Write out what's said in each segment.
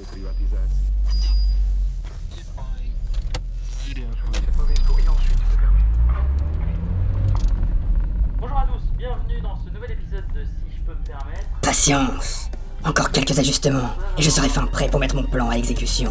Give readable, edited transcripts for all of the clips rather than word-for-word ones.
Bonjour à tous, bienvenue dans ce nouvel épisode de Si je peux me permettre. Patience. Encore quelques ajustements, et je serai fin prêt pour mettre mon plan à exécution.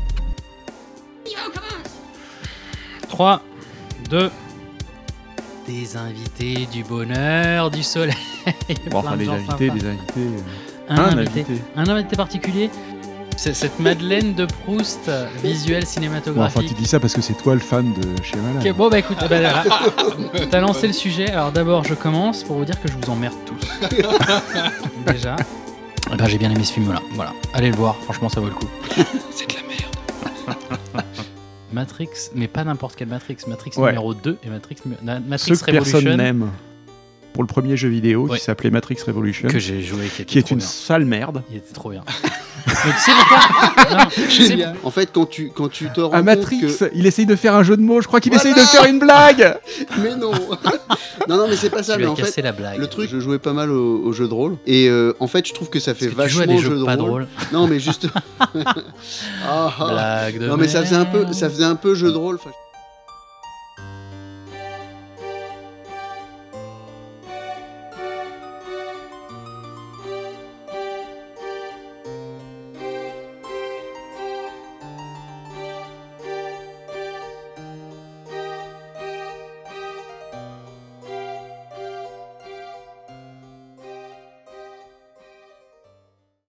3, 2... Des invités, du bonheur, du soleil. Bon, enfin, plein de des gens invités, sympas. des invités. Un invité particulier. C'est cette Madeleine de Proust visuelle Bon, enfin, cinématographique. tu dis ça parce que c'est toi le fan de Shyamalan. Ok, bon bah écoute, t'as lancé le sujet. Alors d'abord je commence pour vous dire que je vous emmerde tous. Déjà. Eh ben, j'ai bien aimé ce film là. Voilà. Allez le voir, franchement ça vaut le coup. C'est de la merde. Matrix, mais pas n'importe quel Matrix. Matrix Ouais. numéro 2 et Matrix Ceux que personne Revolution. n'aime. Pour le premier jeu vidéo Ouais. qui s'appelait Matrix Revolution, Que j'ai joué, qui est trop une bien. sale merde. Il était trop bien. Mais tu sais pourquoi? Non, tu sais- Génial. En fait, quand tu te rends À compte Matrix, que... il essaye de faire un jeu de mots. Je crois qu'il Voilà. essaye de faire une blague. Mais non. Non, mais c'est pas ça. Tu Mais lui as en cassé fait, la blague. le truc, je jouais pas mal aux jeux de rôle. Et en fait, je trouve que ça fait Parce que tu joues à vachement des jeu jeux de pas rôle. drôles. Non, mais juste... Ah, ah. Blague de Non, mais ça faisait un peu merde. jeu de rôle. Enfin,